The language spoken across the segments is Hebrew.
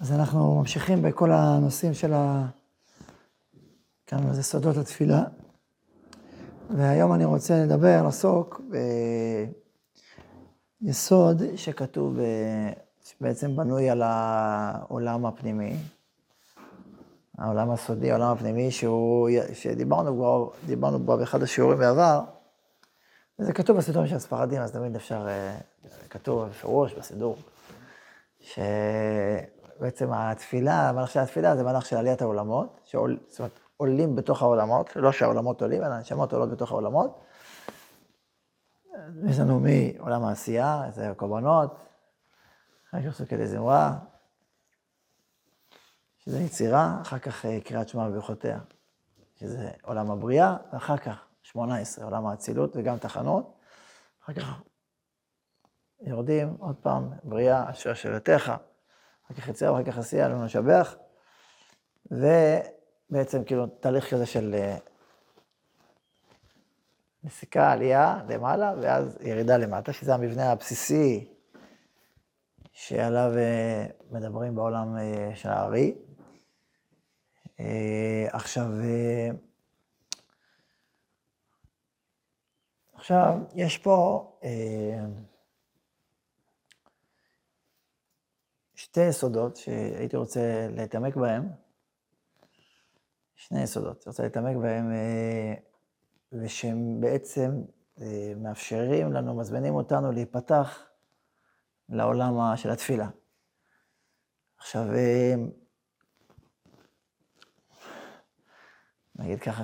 אז אנחנו ממשיכים בכל הנושאים של כאן זה סודות התפילה. והיום אני רוצה לדבר, לעסוק ביסוד שכתוב, שבעצם בנוי על העולם הפנימי. העולם הסודי, העולם הפנימי, שדיברנו בו באחד השיעורים בעבר. וזה כתוב בסידורים של הספרדים, אז תמיד אפשר, כתוב בפירוש בסידור, שבעצם התפילה, המהלך של התפילה זה מהלך של עליית העולמות, זאת אומרת, עולים בתוך העולמות, לא שהעולמות עולים, אלא הנשמות עולות בתוך העולמות. יש לנו מעולם העשייה, זה הקורבנות, אחר כך סוכי לזמרה, שזה יצירה, אחר כך קריאת שמע וברכותיה, שזה עולם הבריאה, ואחר כך 18, עולם האצילות וגם תחנות. אחר כך יורדים עוד פעם, בריאה, אשר שאלתך, אחר כך יצירה, ואחר כך עשייה, לנו נשבח, ובעצם כאילו תהליך כזה של נסיקה, עלייה למעלה, ואז ירידה למטה, שזה המבנה הבסיסי שעליו מדברים בעולם של הארי. עכשיו, יש פה שתי יסודות שהייתי רוצה להתעמק בהם. שני יסודות, אני רוצה להתעמק בהם, ושהם בעצם מאפשרים לנו, מזמינים אותנו להיפתח לעולם של התפילה. עכשיו, נגיד ככה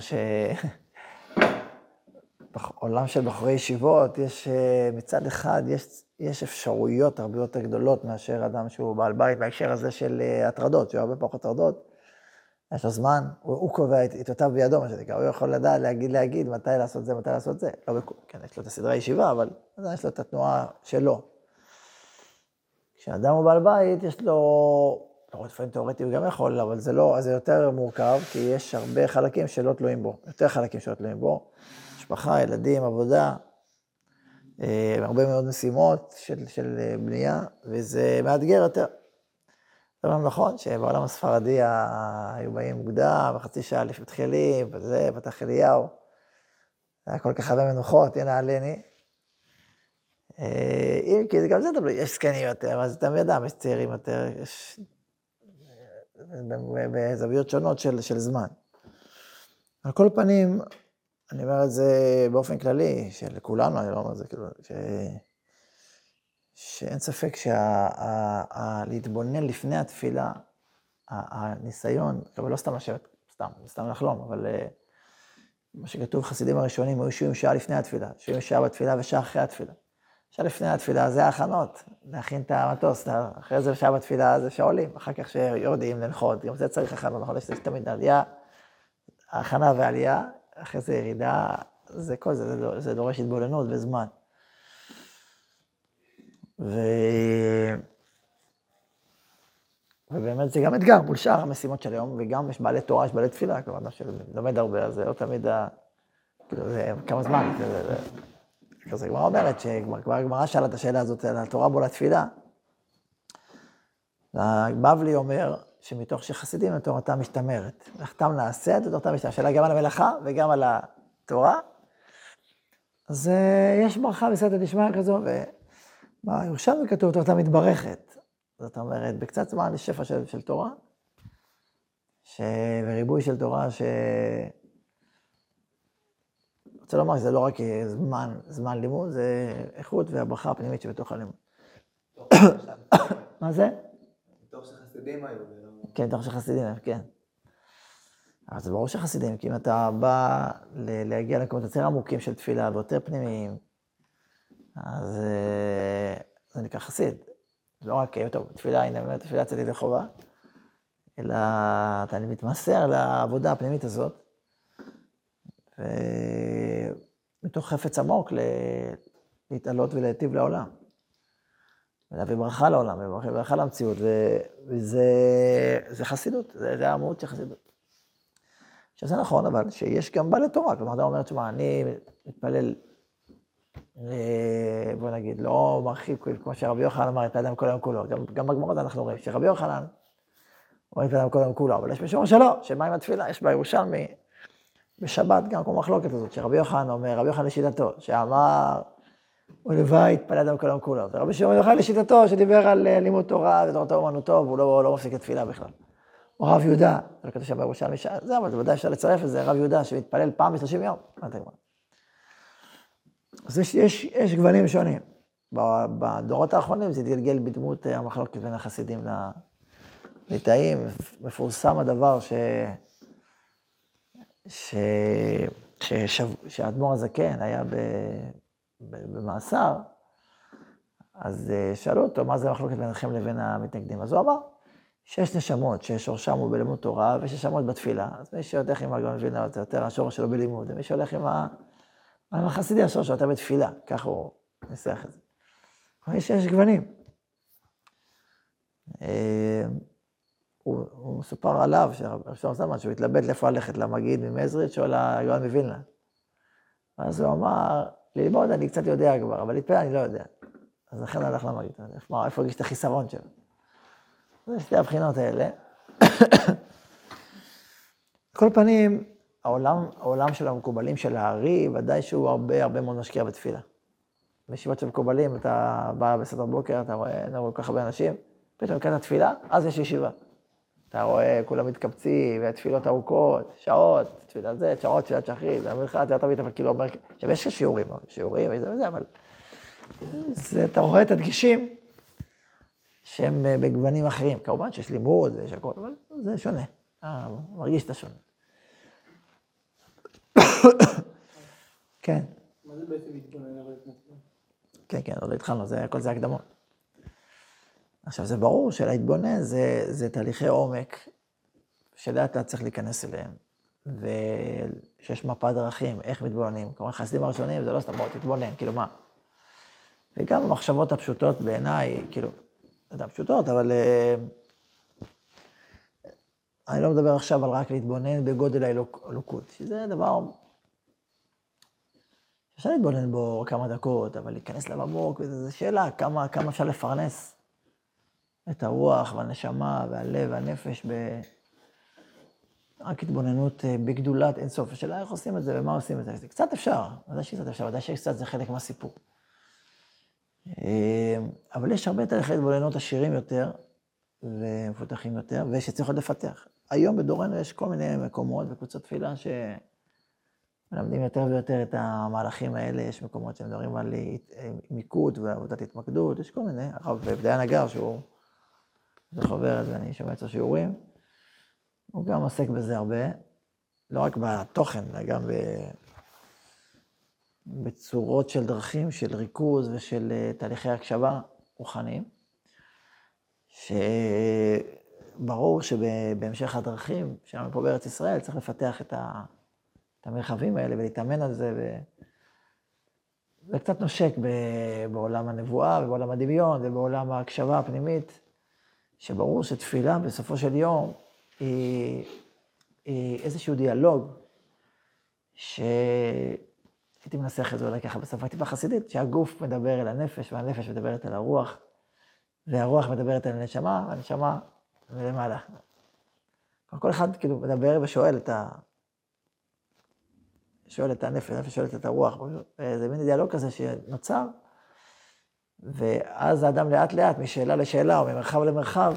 בעולם של בחורי ישיבות, יש מצד אחד, יש אפשרויות הרבה יותר גדולות מאשר אדם שהוא בעל בית, בהקשר הזה של הטרדות, שהוא הרבה פחות הטרדות, יש לו זמן, הוא קובע את אותיו בידו, מה שנקרא, הוא יכול לדעת, להגיד מתי לעשות זה, מתי לעשות זה, לא כן, יש לו את הסדרי הישיבה, אבל יש לו את התנועה שלו. כשאדם הוא בעל בית, יש לו, לפעמים תיאורטי הוא גם יכול, אבל זה לא, אז זה יותר מורכב, כי יש הרבה חלקים שלא תלויים בו, יותר חלקים שלא תלויים בו, משפחה, ילדים, עבודה, הרבה מאוד משימות של בנייה, וזה מאתגר יותר. זה גם נכון שבעולם הספרדי היו באים מוקדם, וחצי שעה לפני תחילים, וזה, פתח אליהו, היה כל כך הרבה מנוחות, הנה עליני. אם כי גם זה תלוי, יש סקנים יותר, אז אתה ידע, יש צעירים יותר, יש בזוויות שונות של זמן. על כל פנים, אני אומר את זה באופן כללי, שלכולנו, אני לא אומר את זה כאילו, שאין ספק להתבונן לפני התפילה, הניסיון, אבל לא סתם לשבת, סתם לחלום, אבל מה שכתוב, חסידים הראשונים, היו 70 שעה לפני התפילה, 70 שעה בתפילה ושעה אחרי התפילה. שעה לפני התפילה זה ההכנות, להכין את המטוס, אחרי זה שעה בתפילה זה שעולים, אחר כך שיורדים לנחות, גם זה צריך הכנות, נכון, יש תמיד עלייה, ההכנה והעלייה, אחרי זה ירידה, זה כל זה, זה דורש התבוננות וזמן. ובאמת זה גם אתגר מול שאר המשימות של היום, וגם יש בעלי תורה, יש בעלי תפילה, כלומר, שלומד הרבה, אז זה לא תמיד, כאילו, זה כמה זמן, כזה גמרא אומרת, שכבר גמרא שאלה את השאלה הזאת על התורה מול התפילה, הבבלי אומר שמתוך שחסידים תורתם משתמרת, מלאכתם נעשית ותורתם משתמרת, השאלה גם על המלאכה וגם על התורה, אז יש ברכה בסייעתא דשמיא כזו, בירושלמי כתוב תורתם מתברכת, זאת אומרת, בקצת זמן יש שפע של תורה, וריבוי של תורה רוצה לומר שזה לא רק זמן לימוד, זה איכות והברכה הפנימית שבתוך הלימוד. מה זה? תוך שחסידים היו. כן, תוך שחסידים, כן. אבל זה ברור שחסידים, כי אם אתה בא להגיע למקומות יותר עמוקים של תפילה ויותר פנימיים, אז זה נקרא חסיד. לא רק, טוב, תפילה, הנה, תפילה יצאתי לחובה, אלא אתה מתמסר לעבודה הפנימית הזאת, ומתוך חפץ עמוק להתעלות ולהיטיב לעולם. ולהביא ברכה לעולם, וברכה למציאות, וזה חסידות, זה המהות של חסידות. שזה נכון, אבל שיש גם בעלי תורה, כלומר, אתה אומר, תשמע, אני מתפלל, בוא נגיד, לא מרחיב, כמו שרבי יוחנן אמר, את האדם כל היום כולו, גם בגמרות אנחנו רואים, שרבי יוחנן, הוא מתפלל קודם כולו, אבל יש מישהו שלא, שמה עם התפילה? יש בירושלמי, בשבת גם כל מחלוקת הזאת, שרבי יוחנן אומר, רבי יוחנן לשיטתו, שאמר, הוא לבית, התפלל אדם קודם כולו. ורבי שמעון יוחנן לשיטתו, שדיבר על לימוד תורה ותורתו אומנותו, והוא לא מפסיק את תפילה בכלל. או רב יהודה, זה לא כתוב שם בירושלמי, זה, אבל ודאי אפשר לצרף את זה, רב יהודה שמתפלל פעם ב-30 יום. אז יש גוונים שונים. בדורות האחרונים זה התגלגל בדמות המחלוקת בין החסידים לליטאים. מפורסם הדבר שהאדמו"ר הזקן היה במאסר, אז שאלו אותו, מה זה המחלוקת ביניכם לבין המתנגדים? אז הוא אמר, 6 נשמות ששורשם הוא בלימוד תורה, ו6 נשמות בתפילה. אז מי שהולך עם הגאון מווילנה, זה יותר השורש שלו בלימוד, ומי שהולך עם החסידי השורש שלו יותר בתפילה, כך הוא ניסח את זה. יש גוונים. הוא מסופר עליו, שרב שלמה זלמן, שהוא התלבט לאיפה ללכת, למגיד ממזריץ' או לגאון מווילנה. אז הוא אמר, ללמוד אני קצת יודע כבר, אבל להתפלל אני לא יודע. אז לכן הלך למגיד, איפה הרגיש את החיסרון שלו. זה שתי הבחינות האלה. כל פנים, העולם של המקובלים של הארי, ודאי שהוא הרבה מאוד משקיע בתפילה. בישיבות של מקובלים, אתה בא בסדר בוקר, אתה רואה כל כך הרבה אנשים, פתאום לקראת התפילה, אז יש ישיבה. אתה רואה, כולם מתקבצים, תפילות ארוכות, שעות, תפילת זה, שעות, תפילת שחרית, המלכה, אתה תמיד, אבל כאילו אומר, יש שיעורים, וזה, אבל אתה רואה את הדגישים שהם בגוונים אחרים. כמובן שיש לימוד ויש הכל, אבל זה שונה. מרגיש את השונה. כן. מה זה בעצם להתבונן אבל התנצלות? כן, עוד לא התחלנו, הכל זה הקדמות. עכשיו, זה ברור שלהתבונן זה תהליכי עומק, שלאט לאט צריך להיכנס אליהם, ושיש מפה דרכים, איך מתבוננים. כלומר, חסידים הראשונים זה לא סתם, בוא, תתבונן, כאילו מה? וגם המחשבות הפשוטות בעיניי, כאילו, לא יודע, פשוטות, אבל אני לא מדבר עכשיו על רק להתבונן בגודל האלוקות, שזה דבר אפשר להתבונן בו כמה דקות, אבל להיכנס אליו עמוק, וזו שאלה, כמה אפשר לפרנס את הרוח והנשמה והלב והנפש רק התבוננות בגדולת אינסוף. השאלה איך עושים את זה ומה עושים את זה. קצת אפשר, ודאי שקצת אפשר, ודאי שקצת זה חלק מהסיפור. אבל יש הרבה תהליכי התבוננות עשירים יותר ומפותחים יותר, ושצריך עוד לפתח. היום בדורנו יש כל מיני מקומות וקבוצות תפילה מלמדים יותר ויותר את המהלכים האלה, יש מקומות שמדברים על מיקוד ועבודת התמקדות, יש כל מיני, הרב דיין הגר שהוא חוברת ואני שומע אצלו שיעורים, הוא גם עוסק בזה הרבה, לא רק בתוכן, אלא גם בצורות של דרכים, של ריכוז ושל תהליכי הקשבה רוחניים, שברור שבהמשך הדרכים, שם פה בארץ ישראל, צריך לפתח את המרחבים האלה ולהתאמן על זה, זה קצת נושק בעולם הנבואה ובעולם הדמיון ובעולם ההקשבה הפנימית, שברור שתפילה בסופו של יום היא איזשהו דיאלוג, שהייתי מנסח את זה אולי ככה בשפה טיפה חסידית, שהגוף מדבר אל הנפש והנפש מדברת אל הרוח, והרוח מדברת אל הנשמה, והנשמה מלמעלה. כל אחד כאילו מדבר ושואל שואל את הנפש, הנפש שואלת את הרוח, זה מין דיאלוג כזה שנוצר, ואז האדם לאט לאט, משאלה לשאלה או ממרחב למרחב,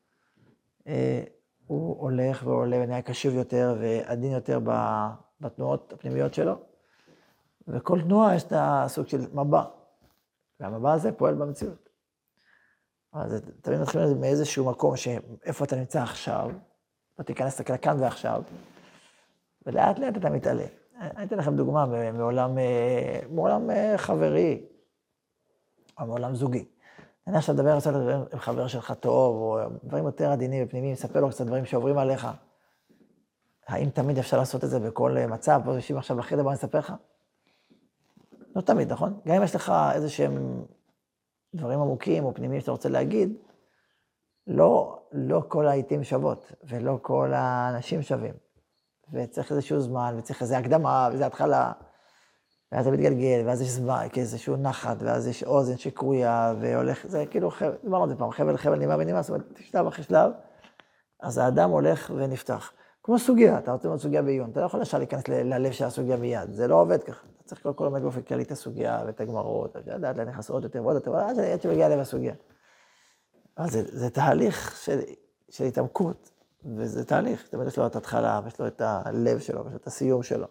הוא הולך ועולה ונהיה קשוב יותר ועדין יותר בתנועות הפנימיות שלו, וכל תנועה יש את הסוג של מבע, והמבע הזה פועל במציאות. אז תמיד מתחילים לזה מאיזשהו מקום שאיפה אתה נמצא עכשיו, אתה תיכנס לכאן ועכשיו, ולאט לאט אתה מתעלה. אני אתן לכם דוגמה מעולם חברי, או מעולם זוגי. אני עכשיו לדבר עם חבר שלך טוב, או דברים יותר עדינים ופנימיים, ספר לו קצת דברים שעוברים עליך. האם תמיד אפשר לעשות את זה בכל מצב? בוא נשיב עכשיו לחדר, בוא נספר לך? לא תמיד, נכון? גם אם יש לך איזשהם דברים עמוקים או פנימיים שאתה רוצה להגיד, לא כל העיתים שוות, ולא כל האנשים שווים. וצריך איזשהו זמן, וצריך איזו הקדמה, וזו התחלה, ואז זה מתגלגל, ואז יש זמן, כאיזשהו נחת, ואז יש אוזן שקרויה, והולך, זה כאילו, דיברנו על זה פעם, חבל נימה ונימה, זאת אומרת, שלב אחרי שלב, אז האדם הולך ונפתח. כמו סוגיה, אתה רוצה ללמוד סוגיה בעיון, אתה לא יכול ישר להיכנס ללב של הסוגיה מיד, זה לא עובד ככה. אתה צריך כל לומד באופן כללי את הסוגיה ואת הגמרות, אתה יודעת, נכנס עוד יותר ועוד יותר, עד שמגיע לב הסוגיה. אז זה תהליך של התעמקות, וזה תהליך, תמיד יש לו את ההתחלה, ויש לו את הלב שלו, ויש לו את הסיום שלו.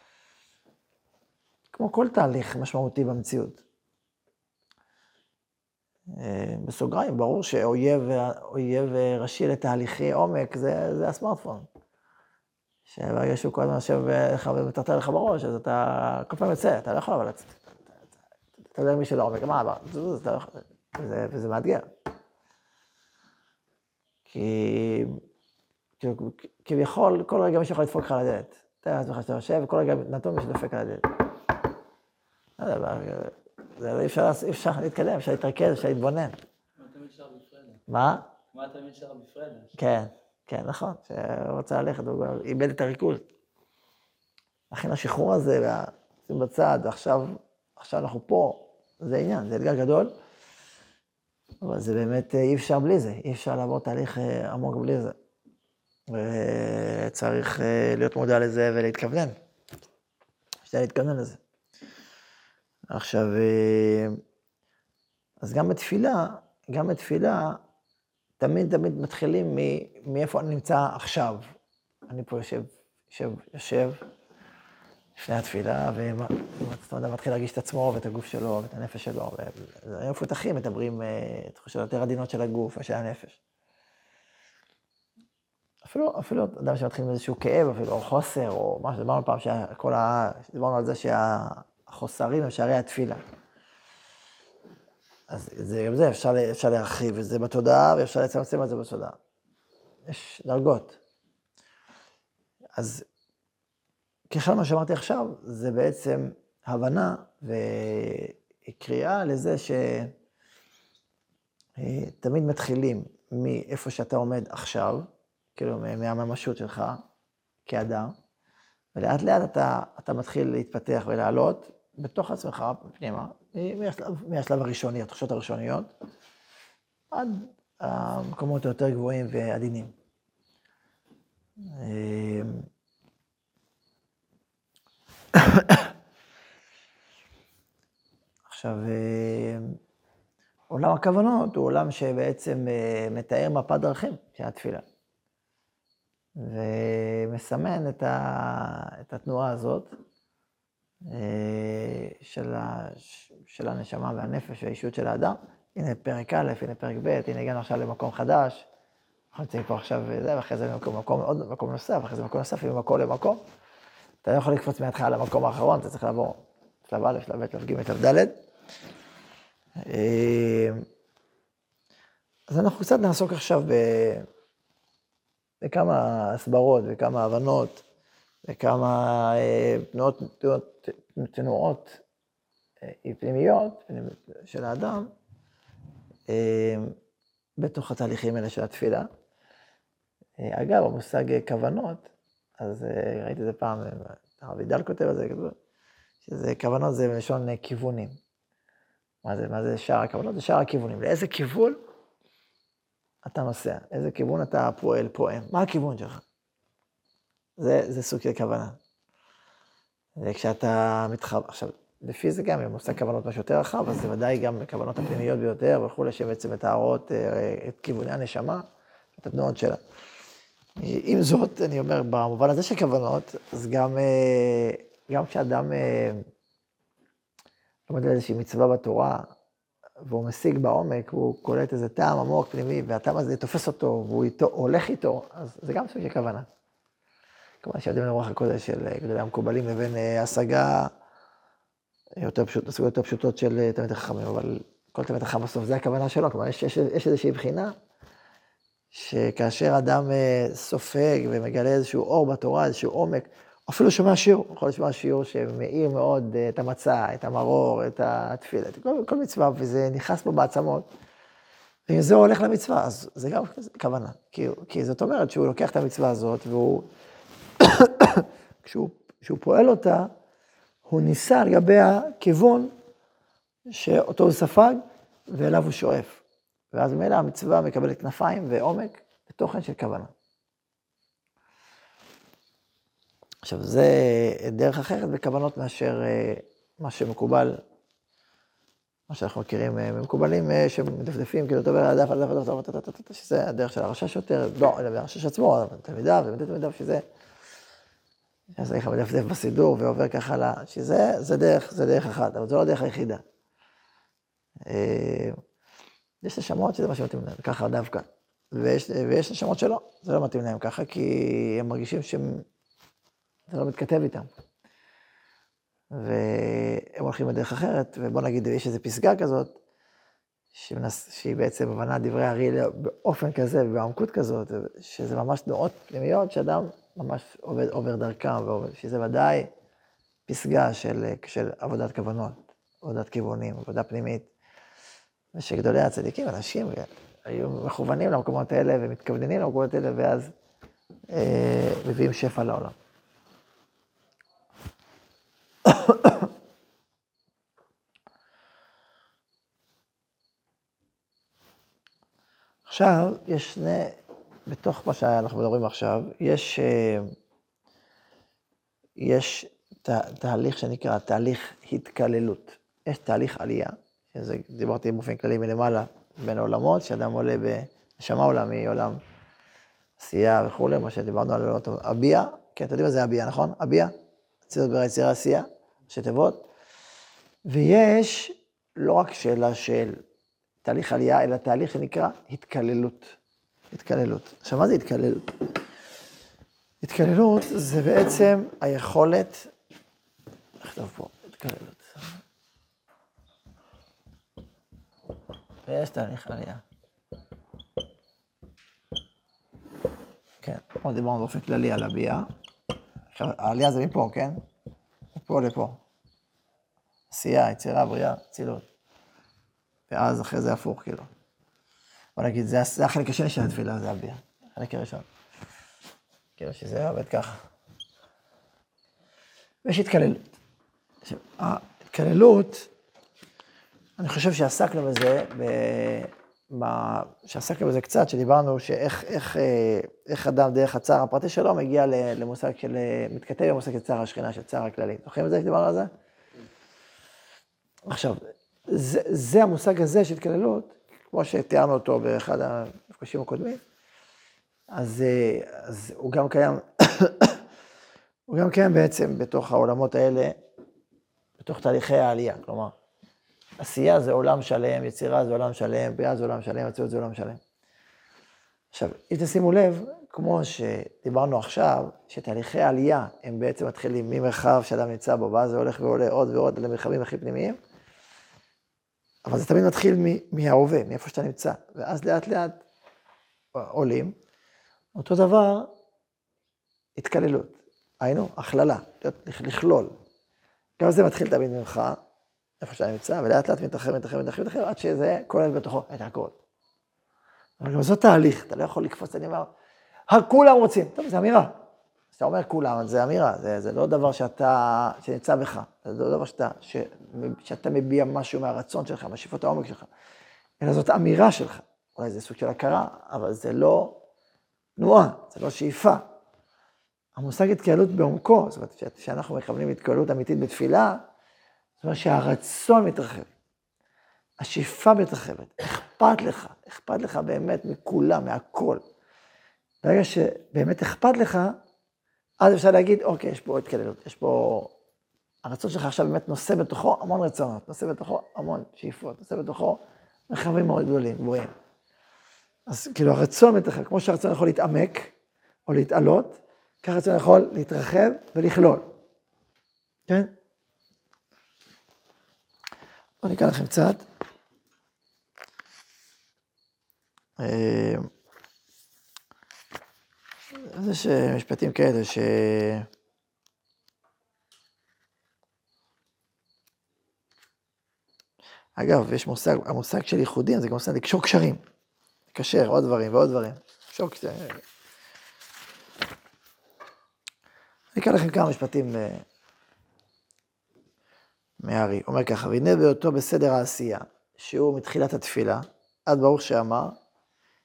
כמו כל תהליך משמעותי במציאות. בסוגריים, ברור שאויב ראשי לתהליכי עומק זה הסמארטפון. שברגע שהוא כל הזמן יושב ומטרטר לך בראש, אז אתה כל פעם יוצא, אתה לא יכול, אבל אתה יודע מי של העומק, מה עבר? וזה מאתגר. כי כביכול, כל רגע מישהו יכול לדפוק לך על הדלת. אתה יודע לעצמך שאתה יושב, וכל רגע נתון מישהו דופק על הדלת. זה אפשר להתקדם, אפשר להתרכז, אפשר להתבונן. מה אתה נשאר בפרדה? מה? מה אתה נשאר בפרדה? כן, כן, נכון. שהוא רוצה ללכת, הוא איבד את הריכוז. לכן השחרור הזה, שים בצד, עכשיו אנחנו פה, זה עניין, זה אתגר גדול. אבל זה באמת אי אפשר בלי זה, אי אפשר לעבור תהליך עמוק בלי זה. וצריך להיות מודע לזה ולהתכוונן. שתהיה להתכוונן לזה. עכשיו, אז גם בתפילה, תמיד מתחילים מאיפה אני נמצא עכשיו. אני פה יושב לפני התפילה, ואתה מתחיל להרגיש את עצמו ואת הגוף שלו ואת הנפש שלו. והיום מפותחים, מדברים תחושות יותר עדינות של הגוף ושל הנפש. אפילו אדם שמתחיל עם איזשהו כאב, אפילו או חוסר, או משהו, דיברנו פעם דיברנו על זה שהחוסרים הם שערי התפילה. אז גם זה אפשר להרחיב את זה בתודעה, ואפשר לצמצם את זה בתודעה. יש דרגות. אז ככל מה שאמרתי עכשיו, זה בעצם הבנה וקריאה לזה שתמיד מתחילים מאיפה שאתה עומד עכשיו, כאילו מהממשות שלך כאדם, ולאט לאט אתה מתחיל להתפתח ולעלות בתוך עצמך פנימה, מהשלב הראשוני, התחושות הראשוניות, עד המקומות היותר גבוהים ועדינים. עכשיו, עולם הכוונות הוא עולם שבעצם מתאר מפת דרכים של התפילה. ומסמן את התנועה הזאת של הנשמה והנפש והאישות של האדם. הנה פרק א', הנה פרק ב', הנה הגענו עכשיו למקום חדש. אנחנו נמצאים פה עכשיו וזה, ואחרי זה עוד מקום נוסף, אחרי זה מקום נוסף, ממקום למקום. אתה לא יכול לקפוץ מההתחלה למקום האחרון, אתה צריך לעבור שלב א', שלב ב', שלב ג', שלב ד'. אז אנחנו קצת נעסוק עכשיו בכמה הסברות וכמה הבנות וכמה תנועות פנימיות של האדם בתוך התהליכים האלה של התפילה. אגב, המושג כוונות, אז ראיתי את זה פעם, הרב וידל כותב על זה, שזה כוונות זה מלשון כיוונים. מה זה שער הכוונות? זה שער הכיוונים. לאיזה כיוון אתה נוסע? איזה כיוון אתה פועם? מה הכיוון שלך? זה סוג של כוונה. וכשאתה מתחבר, עכשיו, לפי זה גם, אם מושג כוונות משהו יותר רחב, אז זה ודאי גם הכוונות הפנימיות ביותר, וכולי, שבעצם מתארות את כיווני הנשמה, את התנועות שלה. עם זאת, אני אומר, במובן הזה של כוונות, אז גם כשאדם לומד על איזושהי מצווה בתורה, והוא משיג בעומק, הוא קולט איזה טעם עמוק פנימי, והטעם הזה תופס אותו, והוא הולך איתו, אז זה גם סוג של כוונה. כמובן שיודעים לרוח הקודש של גדולי המקובלים לבין השגה יותר פשוטות של תלמידי חכמים, אבל כל תלמיד חכם בסוף זה הכוונה שלו, כלומר יש איזושהי בחינה, שכאשר אדם סופג ומגלה איזשהו אור בתורה, איזשהו עומק, אפילו שומע שיעור, יכול לשמוע שיעור שמאיר מאוד את המצע, את המרור, את התפילה, כל מצווה, וזה נכנס בו בעצמות. ואם זה הולך למצווה, אז זה גם כוונה. כי זאת אומרת שהוא לוקח את המצווה הזאת, והוא, כשהוא פועל אותה, הוא ניסה על גבי הכיוון שאותו הוא ספג, ואליו הוא שואף. ואז ממילא המצווה מקבלת כנפיים ועומק ותוכן של כוונה. עכשיו, זה דרך אחרת בכוונות מאשר מה שמקובל, מה שאנחנו מכירים ממקובלים שמדפדפים, כאילו, אתה אומר, הדף, שזה הדרך של הרשש יותר, לא, הרשש עצמו, תלמידיו, תלמידיו, שזה, אז איך מדפדף בסידור ועובר ככה הלאה, שזה דרך אחת, אבל זו לא הדרך היחידה. יש נשמות שזה מה שמתאים להם, ככה דווקא, ויש נשמות שלא, זה לא מתאים להם ככה, כי הם מרגישים שזה לא מתכתב איתם. והם הולכים בדרך אחרת, ובוא נגיד, יש איזו פסגה כזאת, שהיא בעצם הבנת דברי הארי באופן כזה ובעמקות כזאת, שזה ממש תנועות פנימיות שאדם ממש עובר דרכם, שזה ודאי פסגה של עבודת כוונות, עבודת כיוונים, עבודה פנימית, ושגדולי הצדיקים, אנשים היו מכוונים למקומות האלה ומתכווננים למקומות האלה, ואז מביאים שפע לעולם. עכשיו, יש בתוך מה שאנחנו מדברים עכשיו, יש תהליך שנקרא תהליך התקללות. יש תהליך עלייה, שזה דיברתי באופן כללי מלמעלה, בין העולמות, שאדם עולה בשמה עולם, מעולם עשייה וכו', מה שדיברנו על עולמות הביאה, כן, אתה יודע מה זה הביאה, נכון? הביאה, צילות ביצירה עשייה, שתיבות, ויש לא רק שאלה של תהליך עלייה, אלא תהליך שנקרא התקללות. התקללות. עכשיו, מה זה התקללות? התקללות זה בעצם היכולת, נכתוב פה, התקללות. ויש תהליך עלייה. כן, עוד דיברנו באופן כללי על הביאה. עכשיו, העלייה זה מפה, כן? מפה לפה. עשייה, יצירה, בריאה, צילות. ואז אחרי זה הפוך, כאילו. בוא נגיד, זה החלק השני של התפילה, זה הביאה. החלק הראשון. כאילו שזה עובד ככה. ויש התקללות. עכשיו, ההתקללות, אני חושב שעסקנו בזה, שעסקנו בזה קצת, שדיברנו שאיך אדם דרך הצער הפרטי שלו מגיע למושג של, מתכתב במושג של צער השכינה, של צער הכללי. זוכרים את זה שדיברנו על זה? עכשיו, זה המושג הזה של התקללות, כמו שתיארנו אותו באחד המפגשים הקודמים, אז הוא גם קיים, הוא גם קיים בעצם בתוך העולמות האלה, בתוך תהליכי העלייה, כלומר, עשייה זה עולם שלם, יצירה זה עולם שלם, בריאה זה עולם שלם, הצילות זה עולם שלם. עכשיו, אם תשימו לב, כמו שדיברנו עכשיו, שתהליכי העלייה הם בעצם מתחילים ממרחב שאדם נמצא בו, ואז זה הולך ועולה עוד ועוד למרחבים הכי פנימיים, אבל זה תמיד מתחיל מההווה, מאיפה שאתה נמצא, ואז לאט לאט עולים. אותו דבר, התקללות, היינו, הכללה, לכלול. גם זה מתחיל תמיד ממך, איפה שאתה נמצא, ולאט לאט מתרחב, עד שזה כולל בתוכו את הכל. אבל גם זאת תהליך, אתה לא יכול לקפוץ, אני אומר, כולם רוצים, טוב, זה אמירה. אתה אומר כולם, זה אמירה, זה לא דבר שנמצא בך, זה לא דבר שאתה מביע משהו מהרצון שלך, מהשאיפות העומק שלך, אלא זאת אמירה שלך. אולי זה סוג של הכרה, אבל זה לא תנועה, זה לא שאיפה. המושג התקללות בעומקו, זאת אומרת, שאנחנו מכוונים התקללות אמיתית בתפילה, זאת אומרת שהרצון מתרחב, השאיפה מתרחבת, אכפת לך באמת מכולם, מהכל. ברגע שבאמת אכפת לך, אז אפשר להגיד, אוקיי, יש פה התקללות, יש פה, הרצון שלך עכשיו באמת נושא בתוכו המון רצונות, נושא בתוכו המון שאיפות, נושא בתוכו מרחבים מאוד גבוהים. אז כאילו הרצון מתרחב, כמו שהרצון יכול להתעמק או להתעלות, כך הרצון יכול להתרחב ולכלול. כן? בואו נקרא לכם קצת. אז יש משפטים כאלה אגב, יש המושג של ייחודים, זה גם מושג לקשור קשרים. לקשר עוד דברים ועוד דברים. לקשור קשרים. אני אקרא לכם כמה משפטים מהארי. אומר ככה, והנה באותו בסדר העשייה, שהוא מתחילת התפילה, עד ברוך שאמר,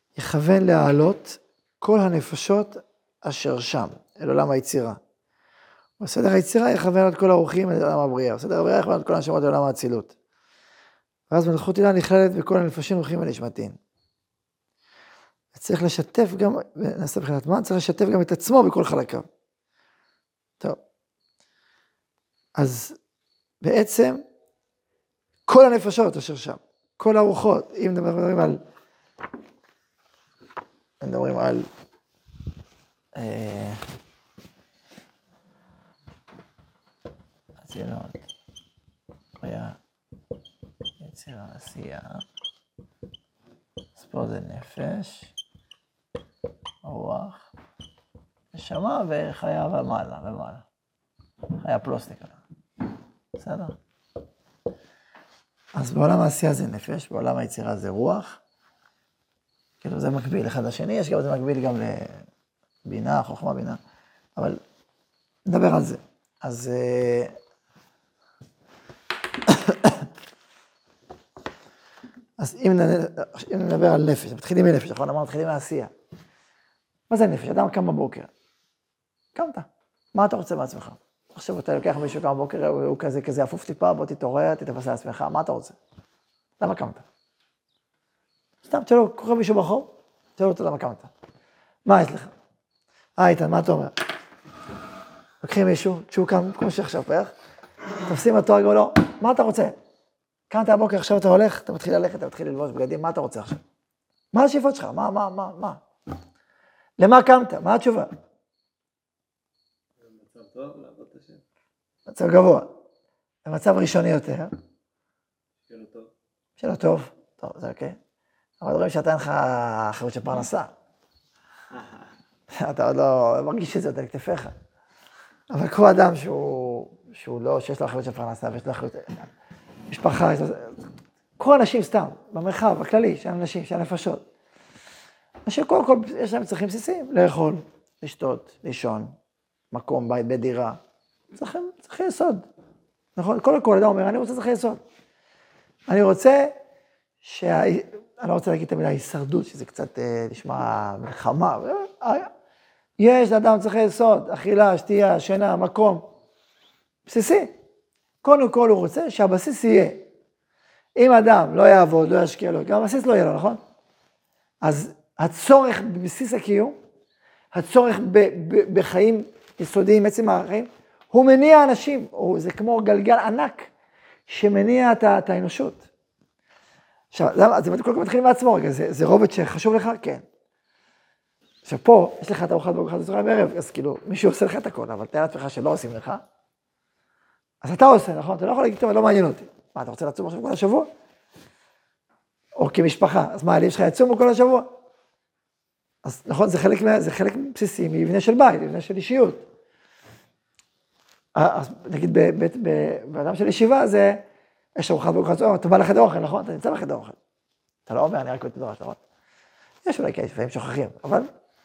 יכוון להעלות כל הנפשות אשר שם, אל עולם היצירה. בסדר היצירה יכוון את כל הרוחים לעולם הבריאה, בסדר הבריאה יכוון את כל הנשמות לעולם האצילות. ואז מלכות עליונה נכללת בכל הנפשים רוחים ונשמתיים. צריך לשתף גם, נעשה מבחינת מה, צריך לשתף גם את עצמו בכל חלקיו. טוב. אז בעצם, כל הנפשות אשר שם, כל הרוחות, אם מדברים על הציונות, בריאה, יצירה, עשייה, אז פה זה נפש, רוח, נשמה וחיה ומעלה. חיה פלוס נקרא. בסדר? אז בעולם העשייה זה נפש, בעולם היצירה זה רוח. כאילו זה מקביל אחד לשני, יש גם זה מקביל גם לבינה, חוכמה בינה. אבל נדבר על זה. אז אם נדבר על נפש, מתחילים מנפש, נכון? אמרנו, מתחילים מהעשייה. מה זה נפש? אדם קם בבוקר. קמת. מה אתה רוצה מעצמך? עכשיו אתה לוקח מישהו קם בבוקר, הוא כזה אפוף טיפה, בוא תתעורר, תתפס לעצמך, מה אתה רוצה? למה קמת? סתם, תשאלו, קורא מישהו ברחוב, תשאלו אותו למה קמת. מה יש לך? איתן, מה אתה אומר? לוקחים מישהו, כשהוא קם, כמו שעכשיו פרח, תופסים אותו רגע, לא, מה אתה רוצה? קמת הבוקר, עכשיו אתה הולך, אתה מתחיל ללכת, אתה מתחיל ללבוש בגדים, מה אתה רוצה עכשיו? מה השאיפות שלך? מה? למה קמת? מה התשובה? מצב טוב, לעבוד את השם. מצב גבוה. זה מצב ראשוני יותר. שאלה טוב. שאלה טוב, זה אוקיי. אבל רואים שאתה אין לך אחריות של פרנסה. אתה עוד לא מרגיש את זה, אתה לכתפיך. אבל כל אדם שיש לו אחריות של פרנסה, ויש לו אחריות... משפחה, כל האנשים סתם, במרחב, הכללי, של האנשים, של הנפשות. אנשים קודם כל יש להם צרכים בסיסיים, לאכול, לשתות, לישון, מקום, בית, דירה. צרכי יסוד. נכון? כל אדם אומר, אני רוצה צרכי יסוד. אני רוצה אני לא רוצה להגיד את המילה הישרדות, שזה קצת נשמע מלחמה. יש לאדם צרכי יסוד, אכילה, שתייה, שינה, מקום. בסיסי. קודם כל הוא רוצה שהבסיס יהיה. אם אדם לא יעבוד, לא ישקיע לו, גם הבסיס לא יהיה לו, נכון? אז הצורך בבסיס הקיום, הצורך בחיים יסודיים, עצם החיים, הוא מניע אנשים, זה כמו גלגל ענק שמניע את האנושות. עכשיו, זה כל כך מתחילים מעצמו, רגע, זה רובד שחשוב לך? כן. עכשיו פה, יש לך את ארוחת בארוחת הצהריים בערב, אז כאילו, מישהו עושה לך את הכל, אבל תאר לעצמך שלא עושים לך, אז אתה עושה, נכון? אתה לא יכול להגיד, טוב, לא מעניין אותי. מה, אתה רוצה לצום עכשיו כל השבוע? או כמשפחה, אז מה, הילדים שלך יצומו כל השבוע? אז נכון, זה חלק בסיסי מבנה של בית, מבנה של אישיות. אז נגיד, באדם של ישיבה, יש ארוחת בארוחת הצהריים, אתה בא לחדר אוכל, נכון? אתה נמצא בחדר אוכל. אתה לא אומר, אני רק בתדורש, נכון? יש אולי כאלה, לפעמים שוכחים, אבל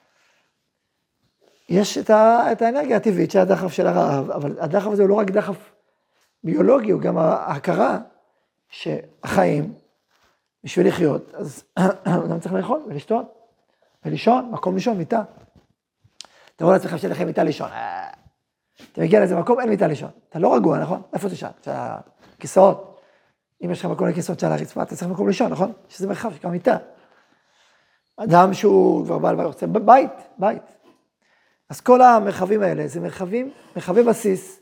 יש את האנרגיה הטבעית של הדחף של הרעב, אבל הדחף הזה הוא לא רק דחף ביולוגי, הוא גם ההכרה שהחיים, בשביל לחיות, אז אדם צריך לאכול ולשתות, ולישון, מקום לישון, מיטה. תראו לעצמך שאין לכם מיטה לישון. אתה מגיע לאיזה מקום, אין מיטה לישון. אתה לא רגוע, נכון? איפה תשן? כיסאות. אם יש לך מקום לכיסאות שעל הרצפה, אתה צריך מקום לישון, נכון? שזה מרחב, שכמה מיטה. אדם שהוא כבר בעל רוצה בית. אז כל המרחבים האלה, זה מרחבי בסיס,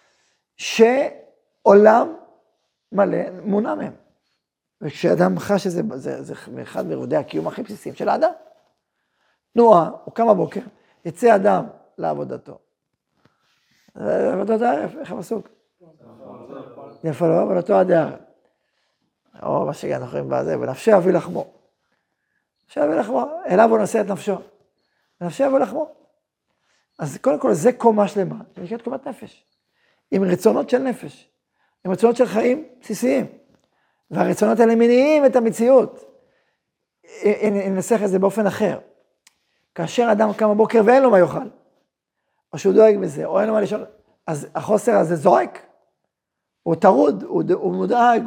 שעולם מלא מונע מהם. וכשאדם חש שזה אחד מרבדי הקיום הכי בסיסיים של האדם. תנועה, הוא קם בבוקר, יצא אדם לעבודתו. עבודת הערב, איך הפסוק? יפה לו, עבודתו עד הערב. או מה שאנחנו רואים בזה, ונפשי אביא לחמו. נפשי אביא לחמו, אליו הוא נושא את נפשו. ונפשי אביא לחמו. אז קודם כל זה קומה שלמה, זה נקראת קומת נפש. עם רצונות של נפש, עם רצונות של חיים בסיסיים. והרצונות האלה מניעים את המציאות. ננסח את זה באופן אחר. כאשר אדם קם בבוקר ואין לו מה יאכל, או שהוא דואג בזה, או אין לו מה לישון, אז החוסר הזה זורק. הוא טרוד, הוא מודאג,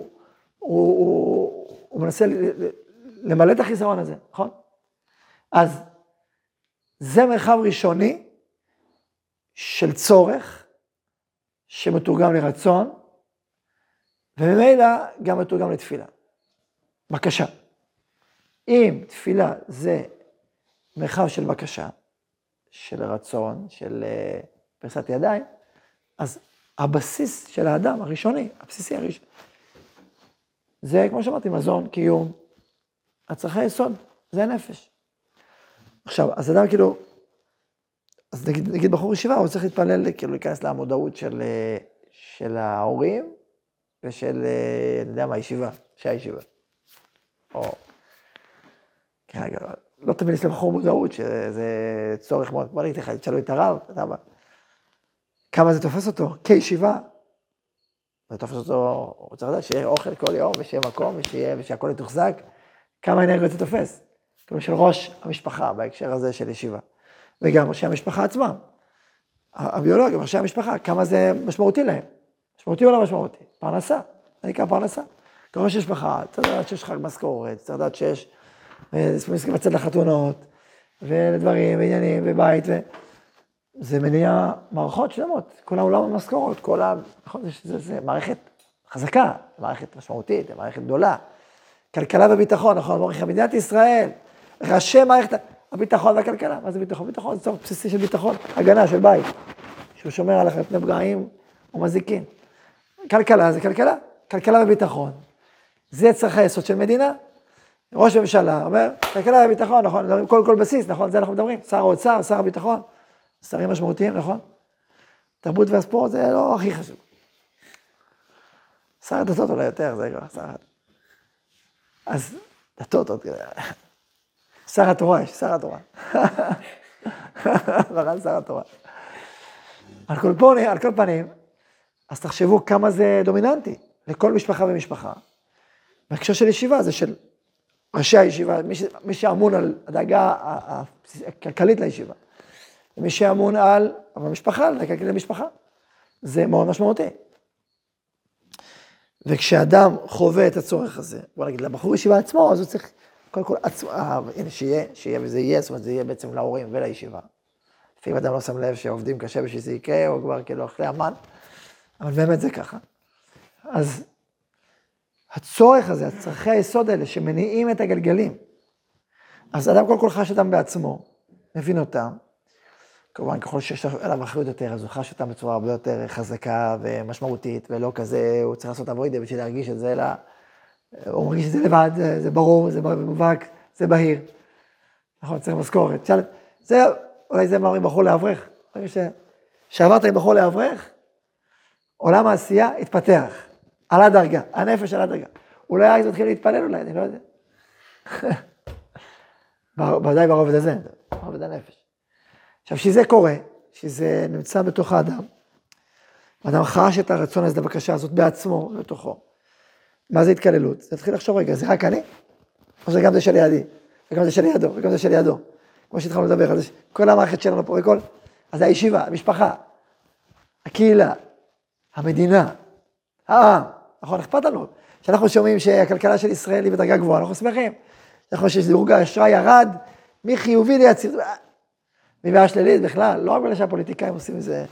הוא מנסה למלא את החיסרון הזה, נכון? אז זה מרחב ראשוני, של צורך, שמתורגם לרצון, וממילא גם מתורגם לתפילה. בקשה. אם תפילה זה מרחב של בקשה, של רצון, של פריסת ידיים, אז הבסיס של האדם הראשוני, הבסיסי הראשון, זה כמו שאמרתי, מזון, קיום, הצרכי היסוד, זה הנפש. עכשיו, אז אדם כאילו, אז נגיד בחור ישיבה, הוא צריך להתפלל, כאילו להיכנס למודעות של ההורים, ושל, אני יודע מה, הישיבה, שהישיבה. או, כן, לא תמיד יש לבחור מודעות, שזה צורך מאוד, בוא נגיד לך, תשאלו את הרב, אתה יודע מה, כמה זה תופס אותו? כישיבה, זה תופס אותו, הוא צריך לדעת שיהיה אוכל כל יום, ושיהיה מקום, ושהכל יתוחזק, כמה אנרגיות זה תופס? כמו של ראש המשפחה, בהקשר הזה של ישיבה. וגם ראשי המשפחה עצמם, הביולוגיה, ראשי המשפחה, כמה זה משמעותי להם. משמעותי או לא משמעותי? פרנסה, זה נקרא פרנסה. כראש משפחה, צריך לדעת שיש חג משכורת, צריך לדעת שיש, מסכים לצאת לחתונות, ולדברים, ועניינים, ובית, זה מניע מערכות שלמות, כל העולם המשכורת, נכון, זה מערכת חזקה, מערכת משמעותית, מערכת גדולה. כלכלה וביטחון, נכון, מוריך מדינת ישראל, ראשי מערכת הביטחון והכלכלה. מה זה ביטחון? ביטחון זה צורך בסיסי של ביטחון, הגנה של בית, שהוא שומר עליך מפני פגעים ומזיקים. כלכלה זה כלכלה, כלכלה וביטחון. זה צרכי היסוד של מדינה. ראש הממשלה אומר, כלכלה וביטחון, נכון, מדברים כל בסיס, נכון, זה אנחנו מדברים. שר האוצר, שר הביטחון, שרים משמעותיים, נכון? תרבות והספורט זה לא הכי חשוב. שר הדתות אולי יותר, זה כבר שר. אז דתות עוד כזה. שר התורה, יש שר התורה. מרן שר התורה. על כל פנים, אז תחשבו כמה זה דומיננטי לכל משפחה ומשפחה. בהקשר של ישיבה זה של ראשי הישיבה, מי שאמון על הדאגה הכלכלית לישיבה. ומי שאמון על המשפחה, על הכלכלית למשפחה. זה מאוד משמעותי. וכשאדם חווה את הצורך הזה, בוא נגיד, לבחור ישיבה עצמו, אז הוא צריך, קודם כל, הנה, שיהיה וזה יהיה, זאת אומרת, זה יהיה בעצם להורים ולישיבה. לפעמים אדם לא שם לב שעובדים קשה בשביל זה יקרה, או כבר כאילו אוכלי המן, אבל באמת זה ככה. אז הצורך הזה, הצרכי היסוד האלה, שמניעים את הגלגלים, אז אדם כל חש אותם בעצמו, מבין אותם, כמובן, ככל שיש עליו אחריות יותר, אז הוא חש אותם בצורה הרבה יותר חזקה ומשמעותית, ולא כזה, הוא צריך לעשות עבודה בשביל להרגיש את זה, אלא הוא מרגיש את זה לבד, זה ברור, זה מובהק, זה בהיר. נכון, צריך משכורת. זה, אולי זה מה בחור לאברך. שעברת עם בחור לאברך, עולם העשייה התפתח, עלה דרגה, הנפש עלה דרגה. אולי אז מתחיל להתפלל אולי, אני לא יודע. ודאי ברובד הזה, ברובד הנפש. עכשיו, שזה קורה, שזה נמצא בתוך האדם, האדם חש את הרצון הזה, לבקשה הזאת בעצמו, בתוכו. מה זה התקללות? זה התחיל לחשוב רגע, זה רק אני? או זה גם זה שלידי, וגם זה שלידו, וגם זה שלידו. כמו שהתחלנו לדבר על זה, כל המערכת שלנו פה, וכל, אז זה הישיבה, המשפחה, הקהילה, המדינה, העם, נכון, אכפת לנו. כשאנחנו שומעים שהכלכלה של ישראל היא בדרגה גבוהה, אנחנו שמחים. אנחנו חושבים שדירוג האשראי ירד, מחיובי ליציר, מבעיה שלילית בכלל, לא רק בגלל שהפוליטיקאים עושים איזה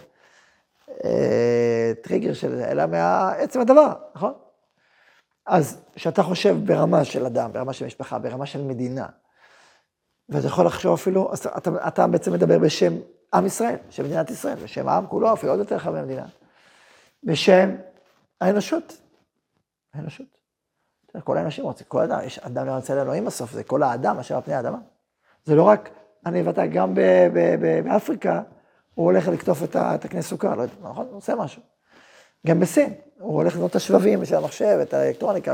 טריגר של זה, אלא מעצם הדבר, נכון? אז כשאתה חושב ברמה של אדם, ברמה של משפחה, ברמה של מדינה, ואתה יכול לחשוב אפילו, אז אתה בעצם מדבר בשם עם ישראל, בשם מדינת ישראל, בשם העם כולו, אפילו עוד יותר רחב במדינה, בשם האנושות. האנושות. כל האנשים רוצים, כל אדם, יש אדם לרצה לאלוהים בסוף, זה כל האדם אשר על פני האדמה. זה לא רק אני ואתה, גם באפריקה, הוא הולך לקטוף את הקנה סוכר, לא יודע, נכון? הוא עושה משהו. גם בסין, הוא הולך לבנות את השבבים של המחשב, את האלקטרוניקה,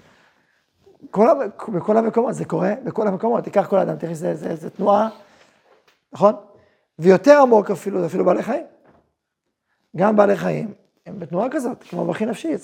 בכל המקומות, זה קורה בכל המקומות, תיקח כל אדם, תראי, זה תנועה, נכון? ויותר עמוק אפילו בעלי חיים. גם בעלי חיים, הם בתנועה כזאת, כמו בכי נפשי,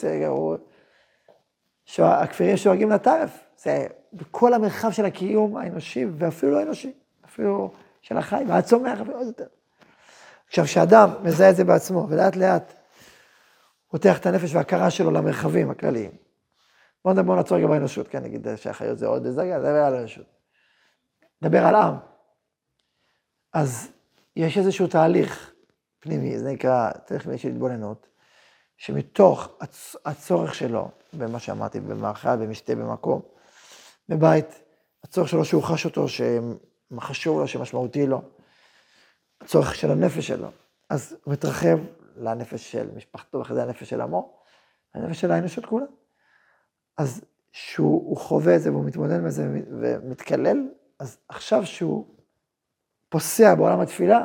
הכפירים שואגים לטרף, זה בכל המרחב של הקיום האנושי, ואפילו לא אנושי, אפילו של החיים, והצומח, אפילו עוד יותר. עכשיו, כשאדם מזהה את זה בעצמו, ולאט לאט פותח את הנפש וההכרה שלו למרחבים הכלליים. בואו נעצור רגע באנושות, כן, נגיד שהחיות זה עוד איזה, נדבר על האנושות. נדבר על עם. אז יש איזשהו תהליך פנימי, זה נקרא תהליך פנימי של התבוננות, שמתוך הצורך שלו, במה שאמרתי, במאכל, במשתה, במקום, בבית, הצורך שלו שהוא חש אותו, שחשוב לו, שמשמעותי לו, הצורך של הנפש שלו, אז הוא מתרחב לנפש של משפחתו, ואחרי זה הנפש של עמו, הנפש של האנושות כולה. אז שהוא חווה את זה, והוא מתמודד בזה ומתקלל, אז עכשיו שהוא פוסע בעולם התפילה,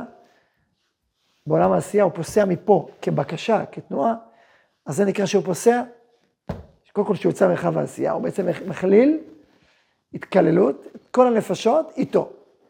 בעולם העשייה, הוא פוסע מפה כבקשה, כתנועה, אז זה נקרא שהוא פוסע, קודם כל שהוא יוצא מרחב העשייה, הוא בעצם מכליל התקללות, את כל הנפשות איתו,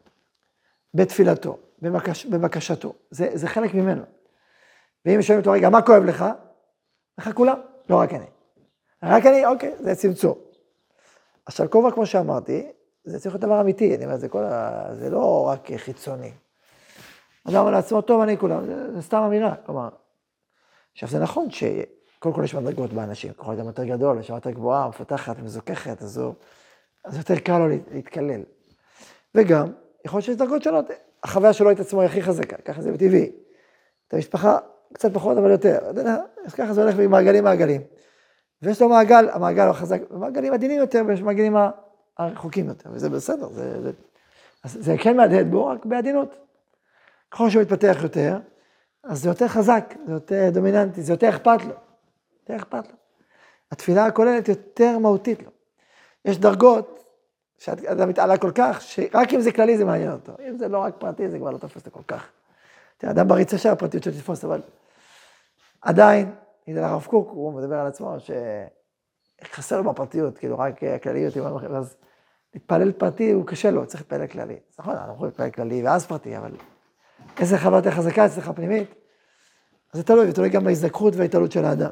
בתפילתו, בבקשתו, זה חלק ממנו. ואם שואלים אותו, רגע, מה כואב לך? לך כולם, לא רק אני. רק אני, אוקיי, זה צמצום. עכשיו, כובע, כמו שאמרתי, זה צריך להיות דבר אמיתי, אני אומר, זה לא רק חיצוני. אדם אומר לעצמו, טוב, אני כולם, זה סתם אמירה, כלומר. עכשיו, זה נכון שקודם כל יש מדרגות באנשים, ככל אדם יותר גדול, יש יותר גבוהה, מפתחת, מזוכחת, אז יותר קל לו להתקלל. וגם, יכול להיות שיש דרגות שונות, החוויה שלו את עצמו היא הכי חזקה, ככה זה בטבעי. את המשפחה קצת פחות, אבל יותר. אז ככה זה הולך במעגלים. ויש לו המעגל החזק, מעגלים עדינים יותר, ויש מעגלים הרחוקים יותר, וזה בסדר. זה כן מהדהד בו, רק בעדינות. ככל שהוא מתפתח יותר, אז זה יותר חזק, זה יותר דומיננטי, זה יותר אכפת לו. התפילה הכוללת יותר מהותית לו. יש דרגות שאדם מתעלה כל כך, שרק אם זה כללי זה מעניין אותו. אם זה לא רק פרטי, זה כבר לא תופס את כל כך. אדם בריצה של הפרטיות שלו תתפוס, אבל עדיין, הנה הרב קוק, הוא מדבר על עצמו, שחסר לו בפרטיות, כאילו רק הכלליות, אז להתפלל פרטי הוא קשה לו, צריך להתפלל כללי. נכון, אנחנו יכולים להתפלל כללי ואז פרטי, אבל איזה חוויה יותר חזקה אצלך פנימית, אז זה תלוי גם בהזדקרות וההתעלות של האדם.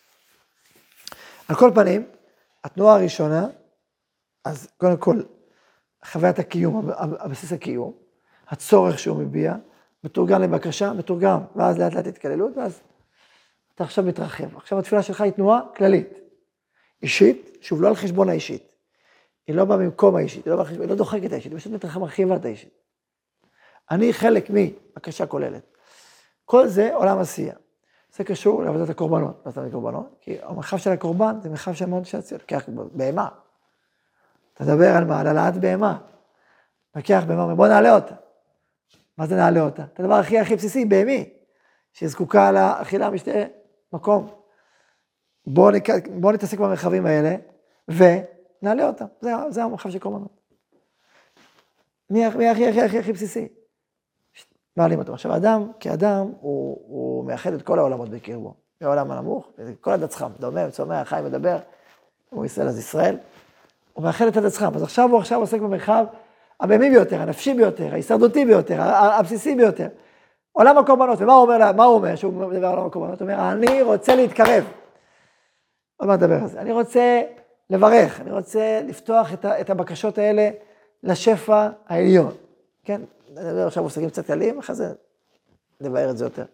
על כל פנים, התנועה הראשונה, אז קודם כל, חוויית הקיום, הבסיס הקיום, הצורך שהוא מביע, מתורגם לבקשה, ואז לאט לאט התקללות, ואז אתה עכשיו מתרחב. עכשיו התפילה שלך היא תנועה כללית, אישית, שוב, לא על חשבון האישית. היא לא באה במקום האישית, היא לא דוחקת האישית, היא פשוט מרחיבה את האישית. אני חלק מבקשה כוללת. כל זה עולם עשייה. זה קשור לעבודת הקורבנות, כי המרחב של הקורבן זה מרחב של מאוד שעציות, כך בהמה. תדבר על מה? על העלאת בהמה. לקח בהמה, בוא נעלה אותה. מה זה נעלה אותה? את הדבר הכי בסיסי, בהמי, שזקוקה לאכילה משתי מקום. בוא נתעסק במרחבים האלה, ונעלה אותה. זה המרחב של קורבנות. מי הכי בסיסי? מעלים אותו. עכשיו, אדם, כאדם, הוא מאחד את כל העולמות בקרבו. העולם הנמוך, כל עד עצמם, דומם, צומח, חי, מדבר, הוא ישראל אז ישראל, הוא מאחד את עד עצמם. אז עכשיו הוא עוסק במרחב הבהמי ביותר, הנפשי ביותר, ההישרדותי ביותר, הבסיסי ביותר. עולם הקורבנות, ומה הוא אומר שהוא מדבר על עולם הקורבנות? הוא אומר, אני רוצה להתקרב. עוד מה לדבר על זה? אני רוצה לברך, אני רוצה לפתוח את הבקשות האלה לשפע העליון. כן? נדבר עכשיו מושגים קצת קלים, אחרי זה נבהר את זה יותר.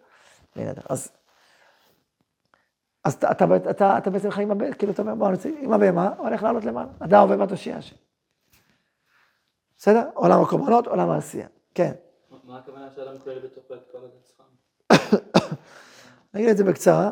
אז אתה בעצם חיים עם הבהמה, כאילו אתה אומר, בוא נצא, עם הבהמה, הולך לעלות למעלה. אדם ובהמה תושיע השם. בסדר? עולם הקורבנות, עולם העשייה. כן. מה הכוונה שאדם כולל בתוכו את כל עצמם? אני אגיד את זה בקצרה.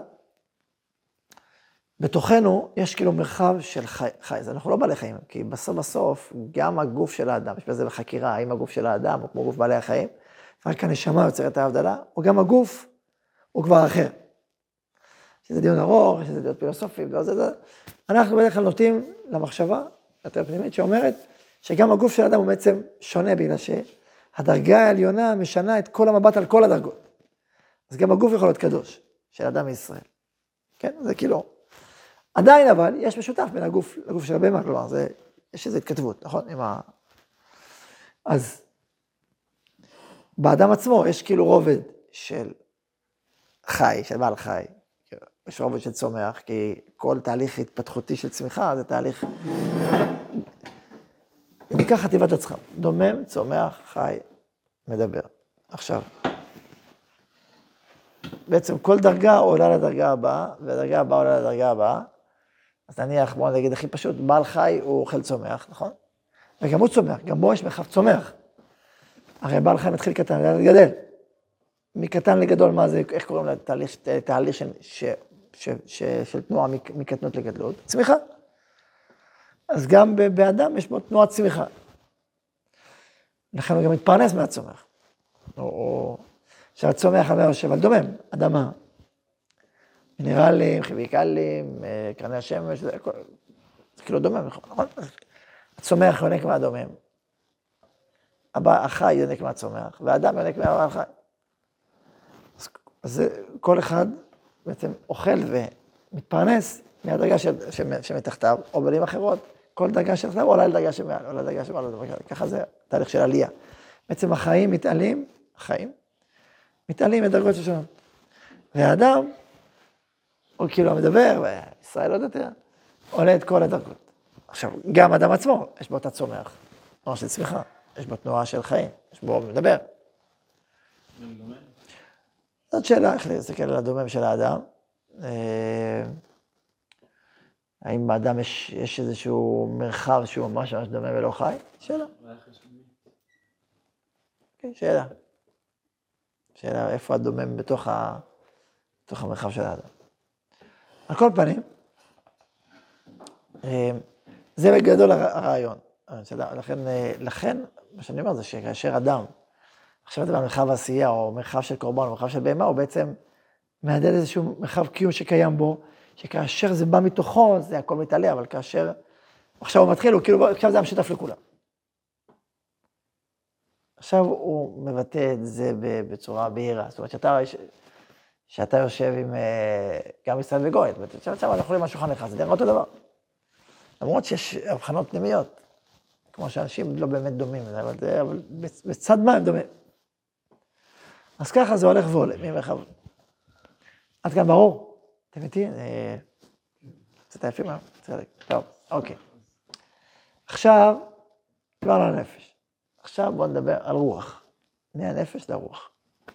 בתוכנו יש כאילו מרחב של חי. אז אנחנו לא בעלי חיים, כי בסוף גם הגוף של האדם, יש בזה בחקירה, האם הגוף של האדם הוא כמו גוף בעלי החיים, רק הנשמה יוצרת את ההבדלה, או גם הגוף הוא כבר אחר. שזה דיון ארוך, שזה דיון פילוסופי, אנחנו בדרך כלל נוטים למחשבה יותר פנימית שאומרת שגם הגוף של האדם הוא בעצם שונה, בגלל שהדרגה העליונה משנה את כל המבט על כל הדרגות. אז גם הגוף יכול להיות קדוש, של אדם מישראל. כן? זה כאילו. עדיין אבל, יש משותף בין הגוף לגוף של הבהמה, כלומר, יש איזו התכתבות, נכון? אז באדם עצמו יש כאילו רובד של חי, של בעל חי, יש רובד של צומח, כי כל תהליך התפתחותי של צמיחה זה תהליך, ניקח חטיבת הצחם, דומם, צומח, חי, מדבר. עכשיו, בעצם כל דרגה עולה לדרגה הבאה, והדרגה הבאה עולה לדרגה הבאה, אז נניח, בואו נגיד הכי פשוט, בעל חי הוא אוכל צומח, נכון? וגם הוא צומח, גם בו יש מרחב צומח. הרי בעל חי מתחיל קטן, גדל. מקטן לגדול, מה זה, איך קוראים לתהליך של תנועה מקטנות לגדלות? צמיחה. אז גם באדם יש בו תנועת צמיחה. לכן הוא גם מתפרנס מהצומח. שהצומח אומר אבל דומם, אדמה, מינרלים, כימיקלים, קרני השמש, זה כאילו דומם, נכון? הצומח יונק מהדומם. החי יונק מהצומח, והאדם יונק מהחי. אז כל אחד בעצם אוכל ומתפרנס מהדרגה שמתחתיו, או במילים אחרות, כל דרגה שלתחתיו עולה לדרגה שמעל, עולה לדרגה שמעל, ככה זה תהליך של עלייה. בעצם החיים מתעלים מדרגות שונות. והאדם, הוא כאילו מדבר, וישראל עוד יותר, עולה את כל הדרגות. עכשיו, גם האדם עצמו, יש בו את הצומח, תנועה של צמיחה, יש בו תנועה של חיים, יש בו מדבר. זאת שאלה, איך להסתכל על הדומם של האדם. האם באדם יש איזשהו מרחב שהוא ממש דומם ולא חי? שאלה. כן, שאלה. שאלה איפה הדומם בתוך המרחב של האדם. על כל פנים, זה בגדול הרעיון. לכן, מה שאני אומר זה שכאשר אדם, עכשיו אתה במרחב העשייה, או מרחב של קורבן, או מרחב של בהמה, הוא בעצם מהדהד איזשהו מרחב קיום שקיים בו, שכאשר זה בא מתוכו, זה הכל מתעלה, אבל כאשר, עכשיו הוא מתחיל, עכשיו זה המשותף לכולם. עכשיו הוא מבטא את זה בצורה בהירה, זאת אומרת שאתה יושב עם גם ישראל וגוי, עכשיו אנחנו יכולים מהשולחן אחד, זה נראה אותו דבר. למרות שיש הבחנות פנימיות, כמו שאנשים לא באמת דומים, אבל בצד מה הם דומים. אז ככה זה הולך ועולה, ממרחב. עד כאן ברור? אתם איתי? קצת יפים, טוב, אוקיי. עכשיו, כבר על הנפש. עכשיו בואו נדבר על רוח. מהנפש לרוח.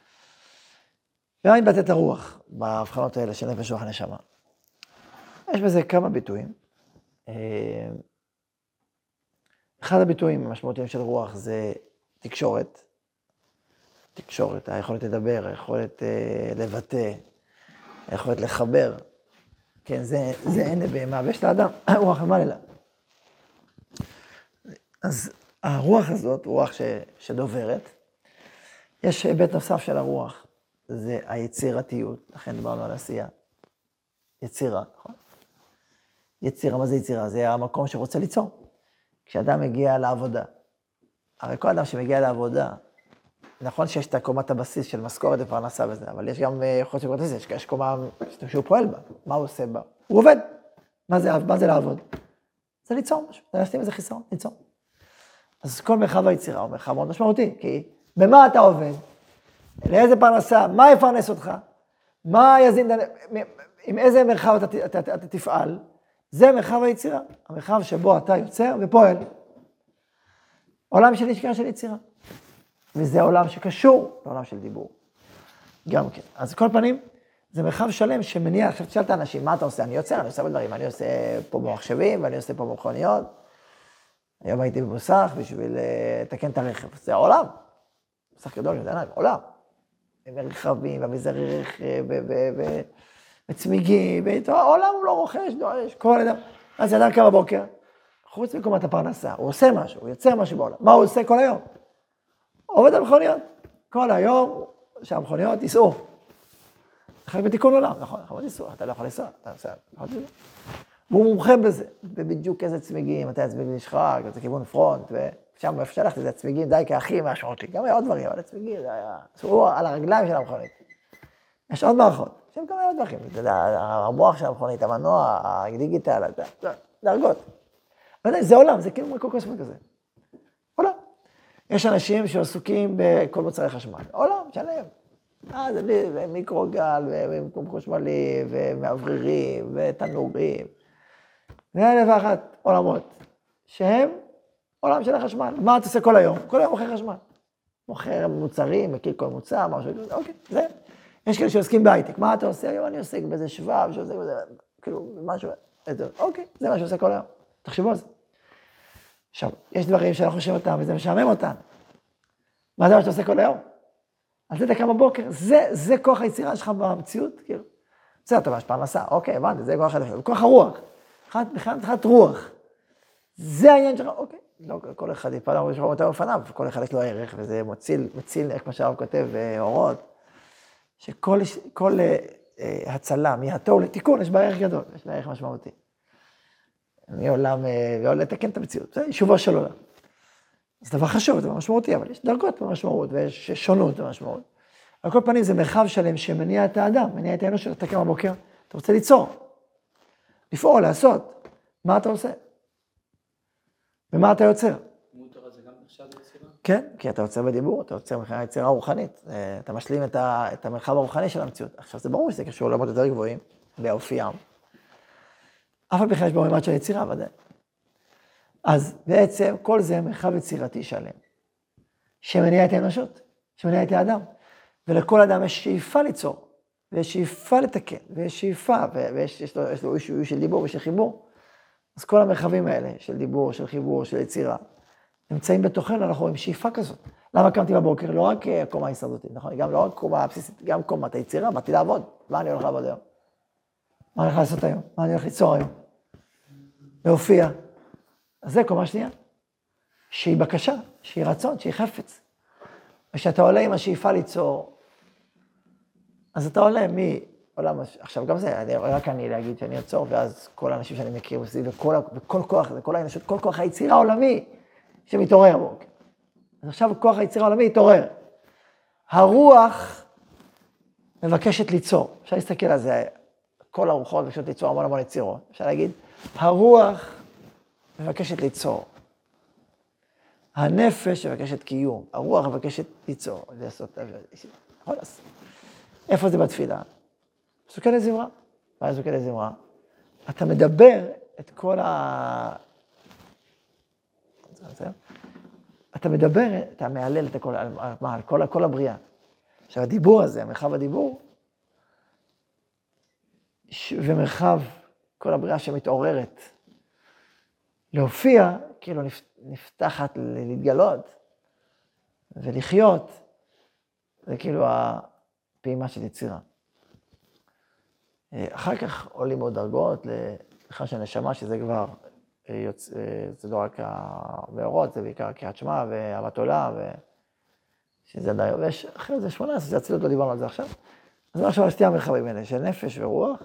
ומה מתבטאת הרוח בהבחנות האלה של נפש רוח הנשמה? יש בזה כמה ביטויים. אחד הביטויים המשמעותיים של רוח זה תקשורת. תקשורת, היכולת לדבר, היכולת לבטא, היכולת לחבר. כן, זה אין לבהמה, ויש לאדם רוח למעלה לה. אז הרוח הזאת, רוח שדוברת, יש היבט נוסף של הרוח, זה היצירתיות, לכן דיברנו על עשייה. יצירה, נכון? יצירה, מה זה יצירה? זה המקום שרוצה ליצור. כשאדם מגיע לעבודה, הרי כל אדם שמגיע לעבודה, נכון שיש את קומת הבסיס של משכורת ופרנסה וזה, אבל יש גם יכול להיות שפרנסה, יש קומה שהוא פועל בה, מה הוא עושה בה? הוא עובד. מה זה לעבוד? זה ליצור משהו, זה להשתים איזה חיסרון, ליצור. אז כל מרחב היצירה הוא מרחב מאוד משמעותי, כי במה אתה עובד? לאיזה פרנסה? מה יפרנס אותך? מה יזין, עם איזה מרחב אתה תפעל? זה מרחב היצירה, המרחב שבו אתה יוצר ופועל. עולם של השקעה של יצירה. וזה עולם שקשור לעולם של דיבור. גם כן. אז כל פנים, זה מרחב שלם שמניע, עכשיו תשאל את האנשים, מה אתה עושה? אני יוצר בדברים, אני עושה פה במחשבים, ואני עושה פה במכוניות. היום הייתי במוסך בשביל לתקן את הרכב. זה העולם. מוסך גדול, אני יודע, עולם. עם רכבים, אביזרי רכב, וצמיגים, העולם הוא לא רוכש, דורש, כל אדם. אז אדם קם בבוקר, חוץ מקומת הפרנסה, הוא עושה משהו, הוא יוצר משהו בעולם. מה הוא עושה כל היום? עובד על מכוניות. כל היום שהמכוניות ייסעו. זה חלק בתיקון עולם, נכון, אנחנו ניסוע, אתה לא יכול לנסוע, אתה נוסע, נכון לנסוע. והוא מומחה בזה, ובדיוק איזה צמיגים, מתי הצמיגים נשחק, זה כיוון פרונט, ושם איפה שלחתי, זה הצמיגים די כהכי משמעותי, גם היה עוד דברים, אבל הצמיגים, זה היה, הוא על הרגליים של המכונית. יש עוד מערכות, שהם גם היה עוד דרכים, המוח של המכונית, המנוע, הדיגיטל, דרגות. זה עולם, זה כאילו מיקרוקוסמוס כזה. עולם. יש אנשים שעסוקים בכל מוצרי חשמל. עולם, שלם. זה מיקרוגל, ומקום חשמלי, ומאווררים, ותנורים. ואלף ואחת עולמות, שהם עולם של החשמל. מה אתה עושה כל היום? כל היום מוכר חשמל. מוכר מוצרים, מכיר כל מוצר, משהו כזה, אוקיי, זה. יש כאלה שעוסקים בהייטק. מה אתה עושה? היום אני עוסק באיזה שבב, שעוסק בזה, כאילו, משהו, אוקיי, זה מה שעושה כל היום. תחשבו על זה. עכשיו, יש דברים שאנחנו חושבים אותם, וזה משעמם אותנו. מה זה מה שאתה עושה כל היום? אז אתה קם בבוקר, זה כוח היצירה שלך במציאות, כאילו. זה אתה ממש פרנסה, אוקיי, הבנתי, זה כוח היצירה, כוח הרוח. מבחינת רוח. זה העניין שלך, אוקיי. לא, כל אחד יפעל אמרו שרוב אותם בפניו, כל אחד יש לו ערך, וזה מציל, איך מה שהרב כותב, אורות, שכל הצלה, מהתוהו לתיקון, יש בה ערך גדול, יש בה ערך משמעותי. מעולם, לתקן את המציאות, זה יישובו של עולם. זה דבר חשוב, זה משמעותי, אבל יש דרגות במשמעות, ויש שונות במשמעות. על כל פנים, זה מרחב שלם שמניע את האדם, מניע את האנוש, אתה קם בבוקר, אתה רוצה ליצור, לפעול, לעשות. מה אתה עושה? ומה אתה יוצר? לימוד תורה זה גם נחשב ליצירה? כן, כי אתה יוצר בדיבור, אתה יוצר מבחינת יצירה רוחנית, אתה משלים את המרחב הרוחני של המציאות. עכשיו, זה ברור שזה קשור לעולמות יותר גבוהים, באופיים. אף על פי כן יש בממד של יצירה, ודאי. אז בעצם כל זה מרחב יצירתי שלם, שמניע את האנושות, שמניע את האדם. ולכל אדם יש שאיפה ליצור, ויש שאיפה לתקן, ויש שאיפה, ויש לו איש של דיבור ושל חיבור. אז כל המרחבים האלה, של דיבור, של חיבור, של יצירה, נמצאים בתוכנו, אנחנו רואים שאיפה כזאת. למה קמתי בבוקר? לא רק קומה הישרדותית, נכון? גם לא רק קומה הבסיסית, גם קומת היצירה, באתי לעבוד. מה אני הולך לעבוד היום? מה אני הולך לעשות היום? מה אני הולך ליצור היום? להופיע. אז זה קומה שנייה, שהיא בקשה, שהיא רצון, שהיא חפץ. וכשאתה עולה עם השאיפה ליצור, אז אתה עולה מעולם, עכשיו גם זה, רק אני להגיד שאני אצור, ואז כל האנשים שאני מכיר בסביב, וכל כוח, כל האנושות, כל כוח היצירה העולמי שמתעורר בו. אז עכשיו כוח היצירה העולמי יתעורר. הרוח מבקשת ליצור. אפשר להסתכל על זה, כל הרוחות מבקשות ליצור המון המון יצירות. אפשר להגיד, הרוח מבקשת ליצור. הנפש מבקשת קיום. הרוח מבקשת ליצור. לעשות, יכול לעשות. איפה זה בתפילה? פסוקי לזמרה. מה זה פסוקי לזמרה? אתה מדבר את כל אתה מדבר, אתה מעלל את הכל, על כל הבריאה. עכשיו, הדיבור הזה, מרחב הדיבור, ומרחב כל הבריאה שמתעוררת, להופיע, כאילו נפתחת להתגלות, ולחיות, זה כאילו הפעימה של יצירה. אחר כך עולים עוד דרגות, לאחר של נשמה, שזה כבר, זה לא רק המאורות, זה בעיקר קריאת שמע ואהבת עולם, שזה די, ויש אחרי זה 18, זה אצילות, לא דיברנו על זה עכשיו. אז עכשיו על שתי המרחבים האלה, של נפש ורוח.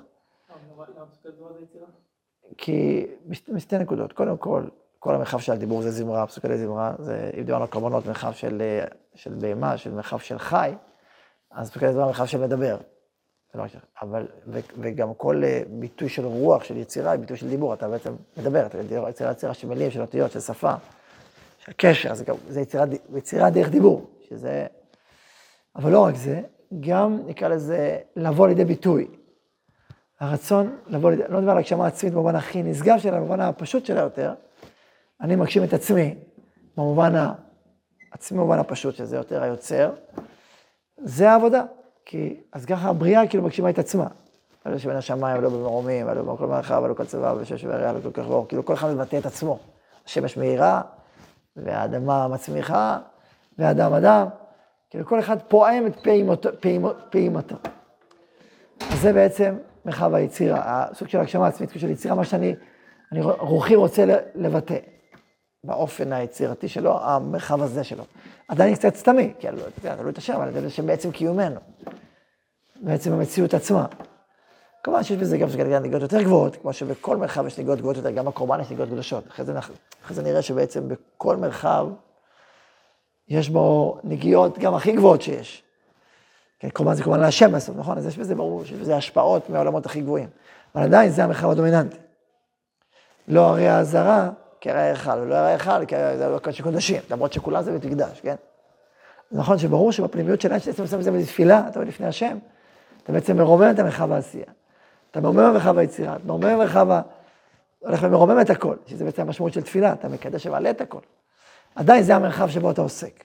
כי משתי נקודות, קודם כל המרחב של הדיבור זה זמרה, פסוקי לזמרה, זה, אם דיברנו על קורבנות, מרחב של בהמה, של מרחב של חי, אז פסוקי לזמרה מרחב של מדבר. אבל, וגם כל ביטוי של רוח, של יצירה, היא ביטוי של דיבור, אתה בעצם מדבר, אתה יצירה של מילים, של אותיות, של שפה, של קשר, זה יצירה דרך דיבור, שזה, אבל לא רק זה, גם נקרא לזה לבוא לידי ביטוי. הרצון לבוא לידי, לא דבר על הגשמה עצמית במובן הכי נשגב שלה, במובן הפשוט שלה יותר, אני מגשים את עצמי, במובן הפשוט, שזה יותר היוצר, זה העבודה. כי אז ככה הבריאה כאילו מגשימה את עצמה. לא שבין השמיים, לא במרומים, לא במקום מרחב, לא כל צבא, ושש וריאה, לא כל כך רוב. כאילו כל אחד מבטא את עצמו. השמש מהירה, והאדמה מצמיחה, והאדם אדם. כאילו כל אחד פועם את פעימתו. אז זה בעצם מרחב היצירה, הסוג של הגשמה עצמית, של יצירה, מה שאני רוחי רוצה לבטא. באופן היצירתי שלו, המרחב הזה שלו. עדיין קצת סתמי, כי אתה לא יתאשר, אבל זה שבעצם קיומנו. בעצם המציאות עצמה. כמובן שיש בזה גם נגיעות יותר גבוהות, כמו שבכל מרחב יש נגיעות גבוהות יותר, גם בקורבן יש נגיעות קדושות. אחרי זה נראה שבעצם בכל מרחב יש בו נגיעות גם הכי גבוהות שיש. כן, קורבן זה קורבן להשם בסוף, נכון? אז יש בזה ברור, שיש בזה השפעות מהעולמות הכי גבוהים. אבל עדיין זה המרחב הדומיננטי. לא הרי הזרה, כהרי היכל, ולא הרי היכל, זה לא קודש קודשים, למרות שכולם זה בית מקדש, כן? נכון שברור שבפנימיות שלנו, שאתה עושה מזה בתפילה, אתה עומד לפני השם, אתה בעצם מרומם את המרחב העשייה. אתה מרומם המרחב היצירה, אתה מרומם המרחב הולך ומרומם את הכל, שזה בעצם המשמעות של תפילה, אתה מקדש ומעלה את הכל. עדיין זה המרחב שבו אתה עוסק.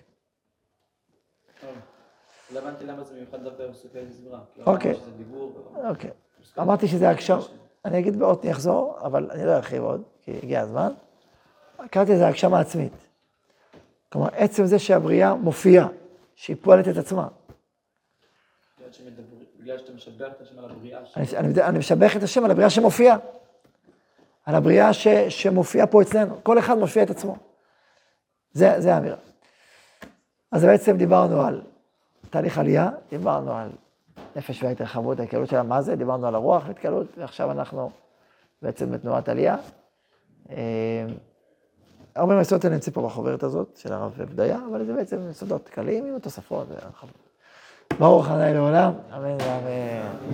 לא הבנתי למה זה מיוחד לדבר פסוקי לזמרה. אוקיי. אוקיי. אמרתי שזה הקשב, אני אגיד בעוד, אני אחזור, אבל אני לא ארחיב עוד, כי הגיע הזמן. קראתי לזה הגשמה עצמית. כלומר, עצם זה שהבריאה מופיעה, שהיא פועלת את עצמה. להיות שמדברים, בגלל שאתה משבח את השם על הבריאה. אני משבח את השם על הבריאה שמופיעה. על הבריאה שמופיעה פה אצלנו. כל אחד מופיע את עצמו. זה האמירה. אז בעצם דיברנו על תהליך עלייה, דיברנו על נפש וההתרחבות, ההתקלות שלה, מה זה? דיברנו על הרוח והתקלות, ועכשיו אנחנו בעצם בתנועת עלייה. הרבה מהיסודות האלה נמצאים פה בחוברת הזאת של הרב בדיה, אבל זה בעצם יסודות קלים עם התוספות. ברוך ה' לעולם, אמן ואמן.